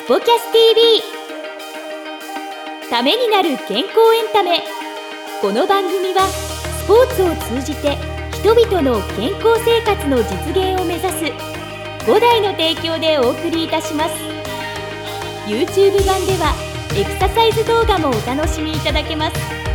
ポキャス TV ためになる健康エンタメ。この番組はスポーツを通じて人々の健康生活の実現を目指す5台の提供でお送りいたします。 YouTube 版ではエクササイズ動画もお楽しみいただけます。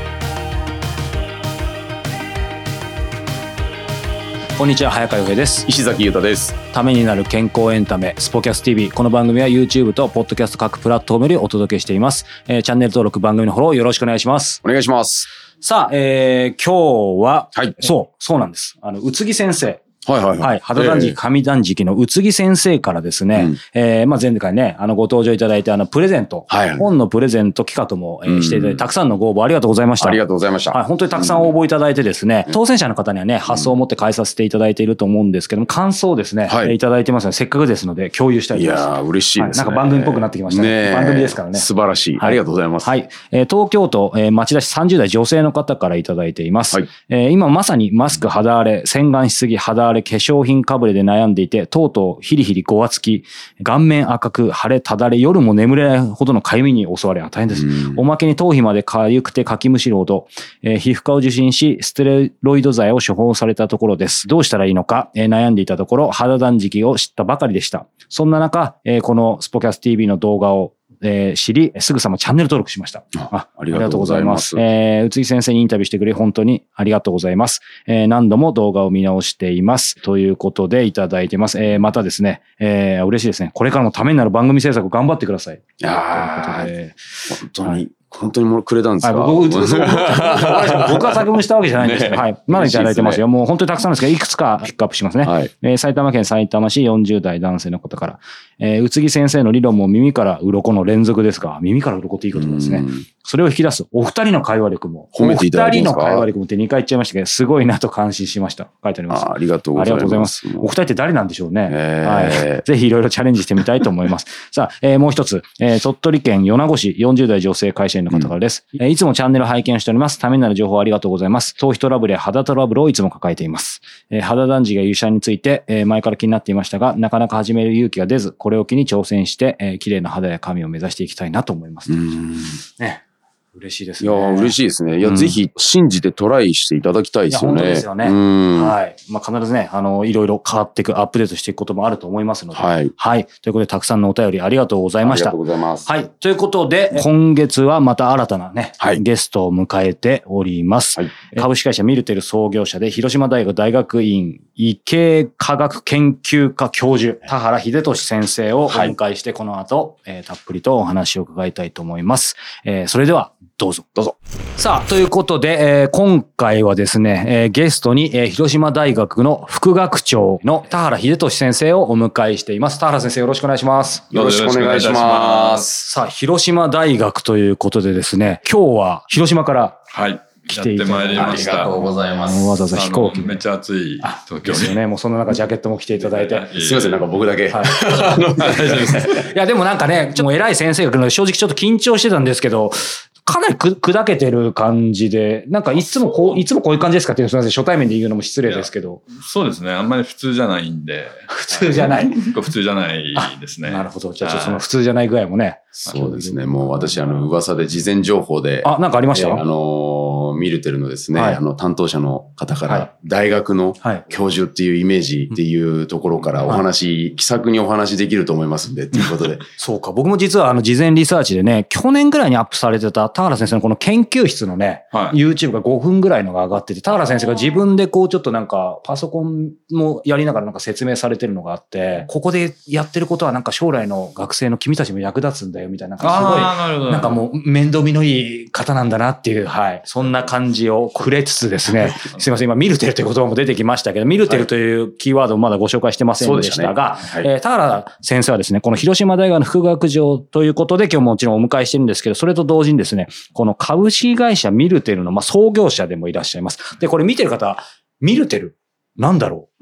こんにちは、早川洋平です。 石崎裕太です。 ためになる健康エンタメスポキャス TV。 この番組は YouTube とポッドキャスト各プラットフォームよりお届けしています。チャンネル登録、番組のフォローよろしくお願いします。 お願いします。 さあ、今日は、 はい、 そうなんです。宇津木先生。 はい。 肌断食、神断食の宇津木先生からですね、前回ね、ご登場いただいて、プレゼント、本のプレゼント企画も、していただいて、たくさんのご応募ありがとうございました。 ありがとうございました。 はい、本当にたくさん応募いただいてですね、当選者の方にはね、発送を持って返させていただいていると思うんですけども、感想をですね、いただいてますので、せっかくですので、共有したいと思います。 いやー、嬉しいですね。 なんか番組っぽくなってきましたね。番組ですからね。 素晴らしい。ありがとうございます。 はい。東京都、町田市30代女性の方からいただいています。今まさにマスク、肌荒れ、洗顔しすぎ、肌荒れ、化粧品かぶれで悩んでいて、とうとうヒリヒリごわつき、顔面赤く腫れただれ、夜も眠れないほどの痒みに襲われ、大変です。おまけに頭皮まで痒くてかきむしるほど、皮膚科を受診し、ステロイド剤を処方されたところです。どうしたらいいのか、悩んでいたところ、肌断食を知ったばかりでした。そんな中、このスポキャス TV の動画を知り、すぐさまチャンネル登録しました。 ありがとうございます。 宇津木先生にインタビューしてくれ、本当にありがとうございます。何度も動画を見直しています。ということでいただいてます。またですね、嬉しいですね。これからもためになる番組制作頑張ってください。 いや本当にもうくれたんですか？ 僕は作文したわけじゃないんですけど、はい。まだいただいてますよ。もう本当にたくさんですけど、いくつかピックアップしますね。埼玉県さいたま市40代男性の方から、宇津木先生の理論も耳から鱗の連続ですが、耳から鱗っていいことですね。それを引き出すお二人の会話力も、 褒めていただいてますか？ お二人の会話力もって2回言っちゃいましたけど、すごいなと感心しました。書いてあります。 ありがとうございます。 お二人って誰なんでしょうね。はい。ぜひいろいろチャレンジしてみたいと思います。さあ、もう一つ、鳥取県米子市40代女性会社員の方からです。いつもチャンネル拝見しております。ためになる情報ありがとうございます。頭皮トラブルや肌トラブルをいつも抱えています。肌断食や油シャンについて、前から気になっていましたが、なかなか始める勇気が出ず、これを機に挑戦して、綺麗な肌や髪を目指していきたいなと思います。ね。嬉しいですね。 いや、嬉しいですね。いや、ぜひ信じてトライしていただきたいですよね。 いや、本当ですよね。はい。まあ、必ずね、いろいろ変わっていく、アップデートしていくこともあると思いますので。はい。はい。ということで、たくさんのお便りありがとうございました。 ありがとうございます。 はい。ということで、今月はまた新たなね、ゲストを迎えております。株式会社ミルテル創業者で、広島大学大学院医系科学研究科教授、田原秀俊先生をお迎えして、この後、たっぷりとお話を伺いたいと思います。それでは、どうぞ。さあ、ということで、今回はですね、ゲストに、広島大学の副学長の田原秀俊先生をお迎えしています。田原先生、よろしくお願いします。 よろしくお願いします。 さあ、広島大学ということでですね、今日は広島から来ていただいて、 ありがとうございます。 わざわざ飛行機めっちゃ暑い東京ですよね。もうその中ジャケットも着ていただいて。 すいません、なんか僕だけ。大丈夫です。いや、でもなんかね、もう偉い先生が来るので正直ちょっと緊張してたんですけど、かなり砕けてる感じで、なんかいつもこういう感じですかっていうのすみません、初対面で言うのも失礼ですけど。 そうですね、あんまり普通じゃないんで。 普通じゃない。 普通じゃないですね。 なるほど。じゃあちょっとその普通じゃない具合もね。 そうですね、もう私噂で事前情報で。 なんかありました？ ミルテルのですね、担当者の方から、大学の教授っていうイメージっていうところから気さくにお話できると思いますんで、ということで。 そうか、僕も実は事前リサーチでね、去年ぐらいにアップされてた田原先生のこの研究室のね、YouTube が5分ぐらいのが上がってて、田原先生が自分でこうちょっとなんかパソコンもやりながらなんか説明されてるのがあって、ここでやってることはなんか将来の学生の君たちも役立つんだよみたいな、なんかすごい、なんかもう面倒見のいい方なんだなっていう、そんな感じを触れつつですね、すいません、今ミルテルという言葉も出てきましたけど、ミルテルというキーワードをまだご紹介してませんでしたが、田原先生はですね、この広島大学の副学長ということで今日もちろんお迎えしてるんですけど、それと同時にですね、この株式会社ミルテルの創業者でもいらっしゃいます。で、これ見てる方、ミルテルなんだろう。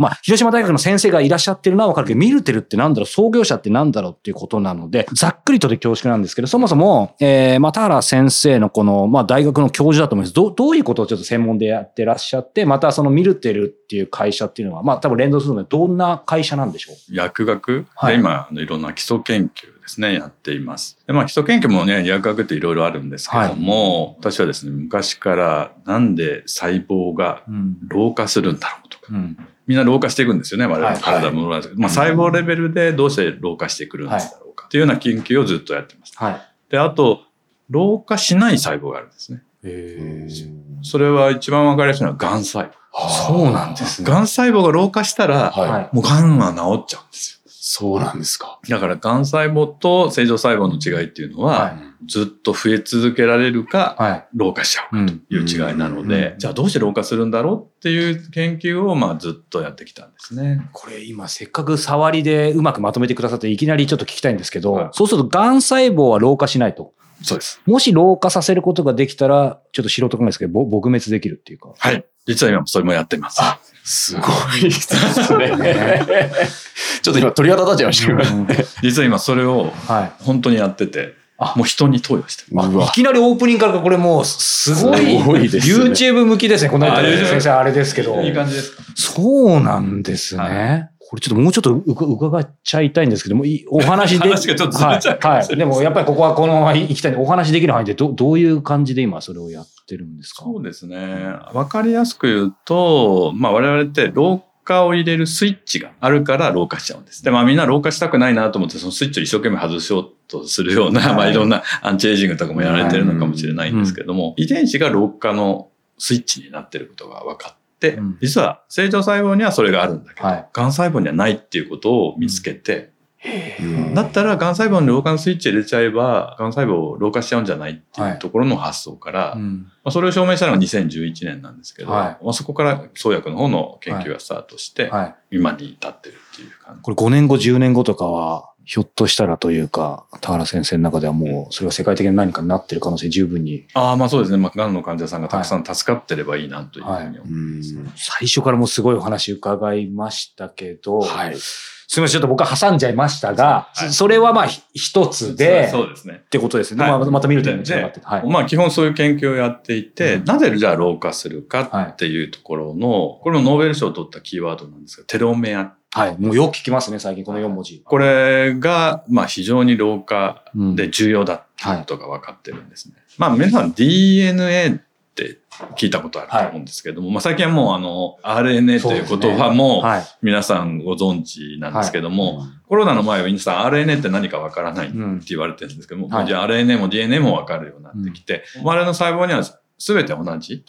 広島大学の先生がいらっしゃってるのはわかるけど、ミルテルってなんだろう、創業者ってなんだろうっていうことなので、ざっくりとで恐縮なんですけど、そもそも、田原先生のこの、大学の教授だと思います。どういうことをちょっと専門でやってらっしゃって、またそのミルテルっていう会社っていうのは、多分連動するので、どんな会社なんでしょう？ 薬学で今、いろんな基礎研究ですね、やっています。で、基礎研究もね、薬学っていろいろあるんですけども、私はですね、昔からなんで細胞が老化するんだろうとか、みんな老化していくんですよね、我々の体も。細胞レベルでどうして老化してくるんだろうかっていうような研究をずっとやってます。で、あと、老化しない細胞があるんですね。それは一番わかりやすいのはがん細胞。 そうなんですね。 がん細胞が老化したら、もうがんは治っちゃうんですよ。 そうなんですか。 だから、がん細胞と正常細胞の違いっていうのは、ずっと増え続けられるか、老化しちゃうかという違いなので、じゃあどうして老化するんだろうっていう研究を、ずっとやってきたんですね。 これ今せっかく触りでうまくまとめてくださっていきなりちょっと聞きたいんですけど、そうするとがん細胞は老化しないと。 そうです。 もし老化させることができたら、ちょっと素人考えですけど、撲滅できるっていうか。 はい。実は今それもやってます。 すごいですね。ちょっと今鳥肌立っちゃいましたけど。 実は今それを本当にやってて、もう人に投与してる。 いきなりオープニングからこれもうすごいですね。YouTube 向きですね。この間先生あれですけど。 いい感じですか？ そうなんですね。これちょっともうちょっと伺っちゃいたいんですけども、お話で。 話がちょっとずれちゃうかもしれない。 でもやっぱりここはこのまま行きたいんで、お話できる範囲でどういう感じで今それをやってるんですか？ そうですね。わかりやすく言うと、我々って老化を入れるスイッチがあるから老化しちゃうんです。で、みんな老化したくないなと思ってそのスイッチを一生懸命外しようとするような、いろんなアンチエイジングとかもやられてるのかもしれないんですけども、遺伝子が老化のスイッチになってることが分かって、実は正常細胞にはそれがあるんだけど、がん細胞にはないっていうことを見つけて、だったらがん細胞に老化のスイッチ入れちゃえば、がん細胞を老化しちゃうんじゃないっていうところの発想から、それを証明したのが2011年なんですけど、そこから創薬の方の研究がスタートして、今に至ってるっていう感じ。 これ5年後、10年後とかは、ひょっとしたらというか、田原先生の中ではもう、それが世界的に何かになってる可能性十分に。 そうですね。がんの患者さんがたくさん助かってればいいなというふうに思います。 最初からもうすごいお話伺いましたけど、すみません、ちょっと僕は挟んじゃいましたが、それは一つで、 そうですね。 ってことですね。また見るというのが基本そういう研究をやっていて、なぜじゃあ老化するかっていうところの、これもノーベル賞を取ったキーワードなんですが、テロメア。 もうよく聞きますね、最近この4文字。 これが、非常に老化で重要だっていうことが分かってるんですね。皆さん DNA って聞いたことあると思うんですけども、最近はもうRNA という言葉も皆さんご存知なんですけども、コロナの前は皆さん RNA って何かわからないって言われてるんですけども、じゃあ RNA も DNA もわかるようになってきて、我々の細胞には全て同じ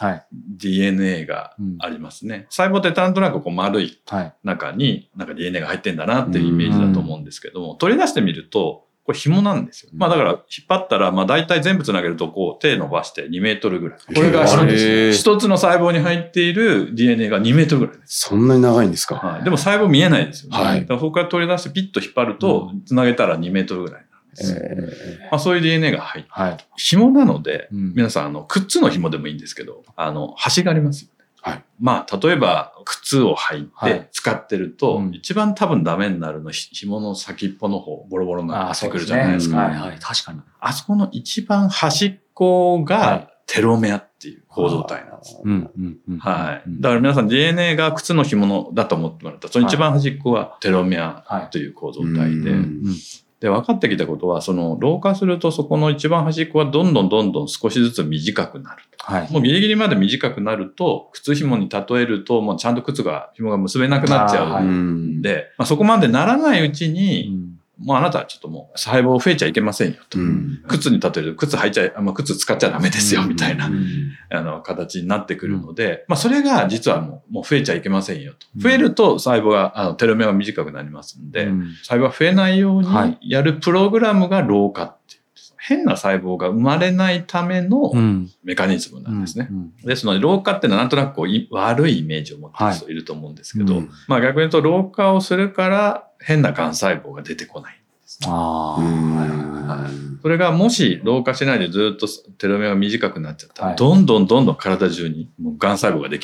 DNA がありますね。細胞ってなんとなく丸い中にDNA が入ってんだなっていうイメージだと思うんですけども、取り出してみると、これ紐なんですよ。だから引っ張ったら、大体全部つなげると手伸ばして2メートルぐらい。これが一つの細胞に入っている DNA が2メートルぐらいです。 そんなに長いんですか？ でも細胞見えないですよね。だからそこから取り出してピッと引っ張ると、つなげたら2メートルぐらいなんですよ。そういう DNA が入っている。紐なので、皆さんくっつの紐でもいいんですけど、端がありますよね。例えば、靴を履いて使ってると、一番多分ダメになるの紐の先っぽの方、ボロボロになってくるじゃないですか。 確かに。 あそこの一番端っこがテロメアっていう構造体なんです。だから皆さん DNA が靴の紐だと思ってもらったら、その一番端っこはテロメアという構造体で、で、分かってきたことは、老化するとそこの一番端っこはどんどん少しずつ短くなる。もうギリギリまで短くなると、靴紐に例えると、もうちゃんと紐が結べなくなっちゃうんで、そこまでならないうちに、もうあなたはちょっともう細胞増えちゃいけませんよと。靴に例えると靴靴使っちゃダメですよみたいな、形になってくるので、それが実はもう増えちゃいけませんよと。増えると細胞が、テロメアが短くなりますんで、細胞が増えないようにやるプログラムが老化っていう。変な細胞が生まれないためのメカニズムなんですね。ですので、老化ってのはなんとなく悪いイメージを持っている人いると思うんですけど、逆に言うと老化をするから変な癌細胞が出てこないんですね。それがもし老化しないでずっとテロメアが短くなっちゃったら、どんどん体中に癌細胞ができる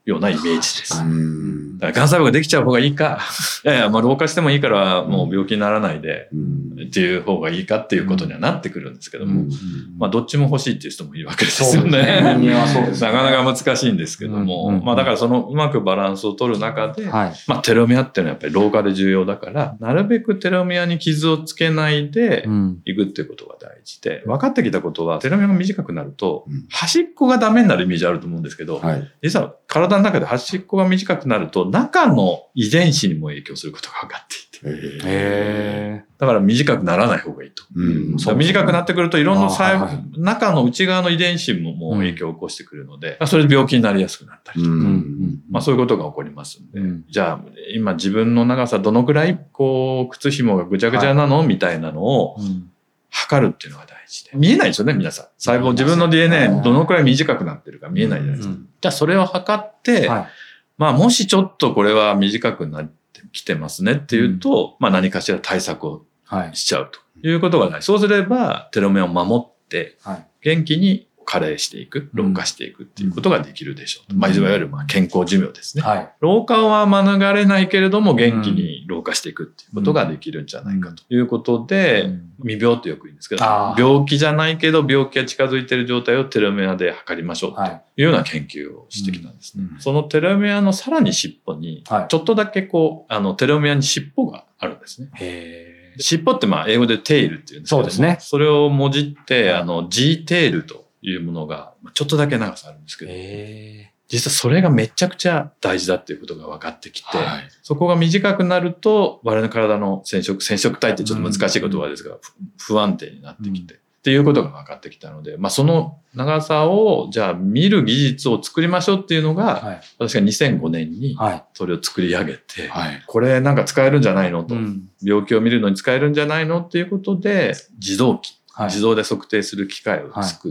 ようなイメージです。だからがん細胞ができちゃう方がいいか、いやいや、まあ老化してもいいからもう病気にならないでっていう方がいいかっていうことにはなってくるんですけども、まあどっちも欲しいっていう人もいるわけですよね。なかなか難しいんですけども、まあだからそのうまくバランスを取る中で、まあテロメアっていうのはやっぱり老化で重要だから、なるべくテロメアに傷をつけないでいくっていうことが大事で、分かってきたことはテロメアが短くなると、端っこがダメになるイメージあると思うんですけど、実は体の中で端っこが短くなると中の遺伝子にも影響することが分かっていて、だから短くならない方がいいと。短くなってくるといろんな中の内側の遺伝子も影響を起こしてくるので、それで病気になりやすくなったりとか、まあそういうことが起こりますんで、じゃあ今自分の長さどのくらいこう靴紐がぐちゃぐちゃなのみたいなのを測るっていうのが大事で。見えないですよね、皆さん。細胞、自分の DNA どのくらい短くなってるか見えないじゃないですか。じゃあそれを測って、まあもしちょっとこれは短くなってきてますねっていうと、まあ何かしら対策をしちゃうということがない。そうすればテロメアを守って、元気に加齢していく、老化していくっていうことができるでしょうと。まあいわゆる健康寿命ですね。老化は免れないけれども元気に老化していくっていうことができるんじゃないかということで、未病とよく言うんですけど、病気じゃないけど病気が近づいている状態をテロメアで測りましょうというような研究をしてきたんですね。そのテロメアのさらに尻尾に、ちょっとだけこう、テロメアに尻尾があるんですね。尻尾ってまあ英語でテールっていうんですけど、そうですね。それをもじって、G テールというものがちょっとだけ長さあるんですけど、実はそれがめちゃくちゃ大事だっていうことが分かってきて、そこが短くなると我々の体の染色体ってちょっと難しい言葉ですが、不安定になってきて、っていうことが分かってきたので、まあその長さをじゃあ見る技術を作りましょうっていうのが、私が2005年にそれを作り上げて、これなんか使えるんじゃないのと、病気を見るのに使えるんじゃないのっていうことで、自動で測定する機械を作って、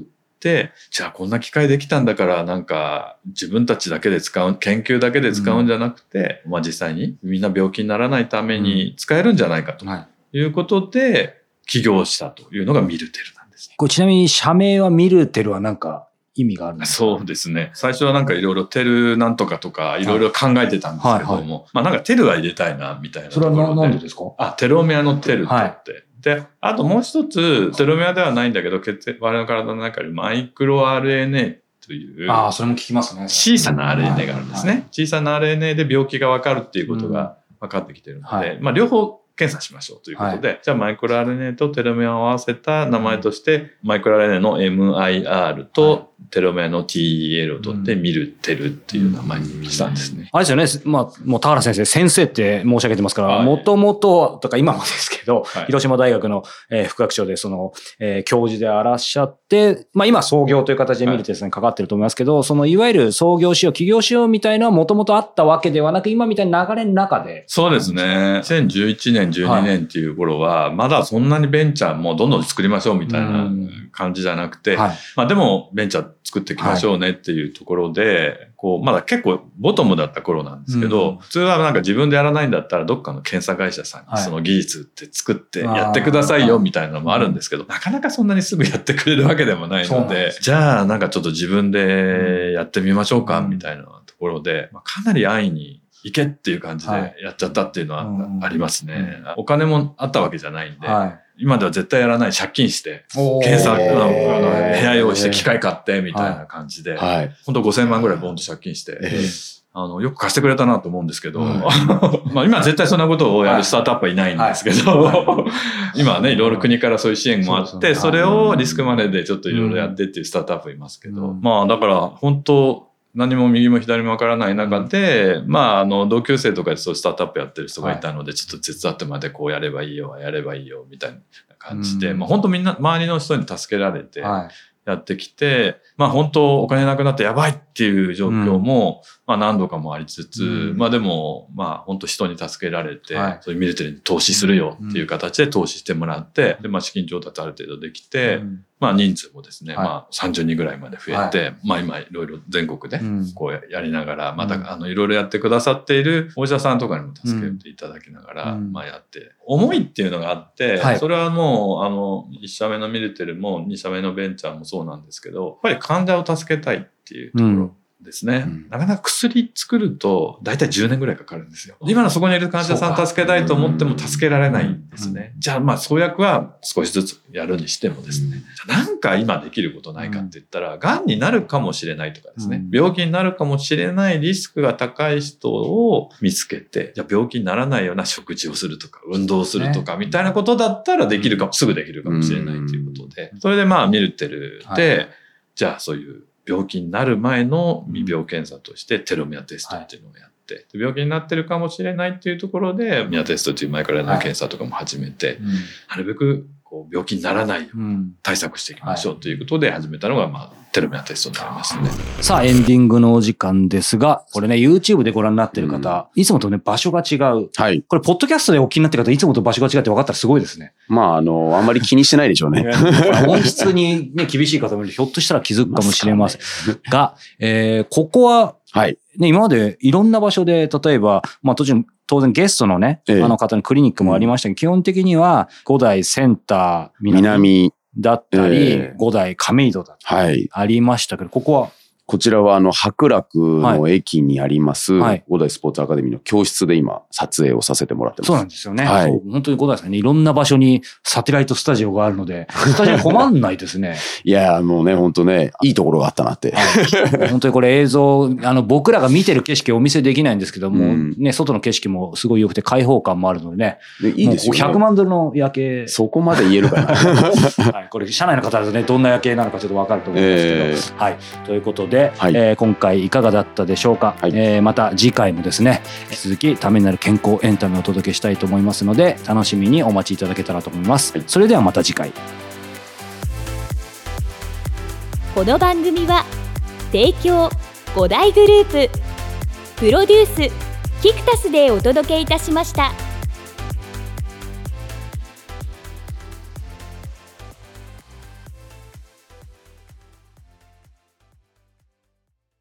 じゃあこんな機械できたんだからなんか自分たちだけで使う、研究だけで使うんじゃなくて、まあ実際にみんな病気にならないために使えるんじゃないかということで起業したというのがミルテルなんですね。 これちなみに社名はミルテルはなんか意味があるんですか？ そうですね。最初はなんかいろいろテルなんとかとかいろいろ考えてたんですけども、まあなんかテルは入れたいなみたいなところで。 それはなんでですか？ テロメアのテルって。で、あともう一つ、テロメアではないんだけど、我々の体の中にマイクロ RNA という、 それも聞きますね。 小さな RNA があるんですね。小さな RNA で病気がわかるっていうことが分かってきているので、まあ両方検査しましょうということで、じゃあマイクロ RNA とテロメアを合わせた名前として、マイクロ RNA の MIR とテロメアの TEL を取ってミルテルっていう名前にしたんですね。 あれですよね。まあ、もう田原先生って申し上げてますから、もともととか今もですけど、広島大学の副学長で教授であらっしゃって、まあ今創業という形でミルテルにかかってると思いますけど、いわゆる創業しよう、起業しようみたいなのはもともとあったわけではなく、今みたいな流れの中で。 そうですね。2011年、12年っていう頃は、まだそんなにベンチャーもどんどん作りましょうみたいな感じじゃなくて、まあでもベンチャー作っていきましょうねっていうところで、まだ結構ボトムだった頃なんですけど、普通はなんか自分でやらないんだったらどっかの検査会社さんにその技術って作ってやってくださいよみたいなのもあるんですけど、なかなかそんなにすぐやってくれるわけでもないので、じゃあなんかちょっと自分でやってみましょうかみたいなところで、かなり安易に行けっていう感じでやっちゃったっていうのはありますね。お金もあったわけじゃないんで、今では絶対やらない借金して、検査部屋用意して機械買ってみたいな感じで、本当5000万ぐらいボンと借金して、よく貸してくれたなと思うんですけど、まあ今絶対そんなことをやるスタートアップはいないんですけど、今はね、いろいろ国からそういう支援もあって、それをリスクマネーでちょっといろいろやってっていうスタートアップいますけど、まあだから本当、何も右も左もわからない中で、まあ、同級生とかでそうスタートアップやってる人がいたので、ちょっと手伝ってまでこうやればいいよ、やればいいよ、みたいな感じで、まあ本当みんな、周りの人に助けられて、やってきて、まあ本当お金なくなってやばいっていう状況も、まあ何度かもありつつ、まあでも、まあ本当人に助けられて、そういうミルテルに投資するよっていう形で投資してもらって、で、まあ資金調達ある程度できて、まあ人数もですね、まあ30人ぐらいまで増えて、まあ今いろいろ全国でこうやりながら、またいろいろやってくださっているお医者さんとかにも助けていただきながら、まあやって、思いっていうのがあって、それはもう1社目のミルテルも2社目のベンチャーもそうなんですけど、やっぱり患者を助けたいっていうところですね。なかなか薬作ると大体10年ぐらいかかるんですよ。今のそこにいる患者さん助けたいと思っても助けられないんですね。じゃあ創薬は少しずつやるにしてもですね、じゃあなんか今できることないかって言ったら、癌になるかもしれないとかですね、病気になるかもしれないリスクが高い人を見つけて、じゃあ病気にならないような食事をするとか、運動をするとかみたいなことだったらできるかも、すぐできるかもしれないということで、それでミルテルで、じゃあそういう病気になる前の未病検査としてテロメアテストっていうのをやって、病気になってるかもしれないっていうところでミアテストというマイクロ RNA 検査とかも始めて、なるべく病気にならないように対策していきましょうということで始めたのがテロメアテストになりますね。 さあエンディングのお時間ですが、これね YouTube でご覧になってる方、いつもとね場所が違う。はい。これポッドキャストでお聞きになってる方、いつもと場所が違って分かったらすごいですね。 あんまり気にしてないでしょうね。 音質にね厳しい方もいる、ひょっとしたら気づくかもしれませんが、ここはね今までいろんな場所で、例えば当然ゲストのね、方のクリニックもありましたけど、基本的には5代センター南だったり、5代亀戸だったりありましたけど、ここはこちらは白楽の駅にあります、5代スポーツアカデミーの教室で今撮影をさせてもらってます。 そうなんですよね。はい、本当に5代さんね、いろんな場所にサテライトスタジオがあるので、スタジオ困んないですね。 いや、もうね、本当ね、いいところがあったなって。 はい、本当にこれ映像、僕らが見てる景色をお見せできないんですけども、ね、外の景色もすごい良くて開放感もあるのでね。 いいですよね。 100万ドルの夜景。 そこまで言えるかな。 はい、これ、社内の方だとね、どんな夜景なのかちょっとわかると思いますけど。はい。ということで、今回いかがだったでしょうか。また次回もですね、引き続きためになる健康エンタメをお届けしたいと思いますので、楽しみにお待ちいただけたらと思います。それではまた次回。 この番組は提供5大グループプロデュースキクタスでお届けいたしました。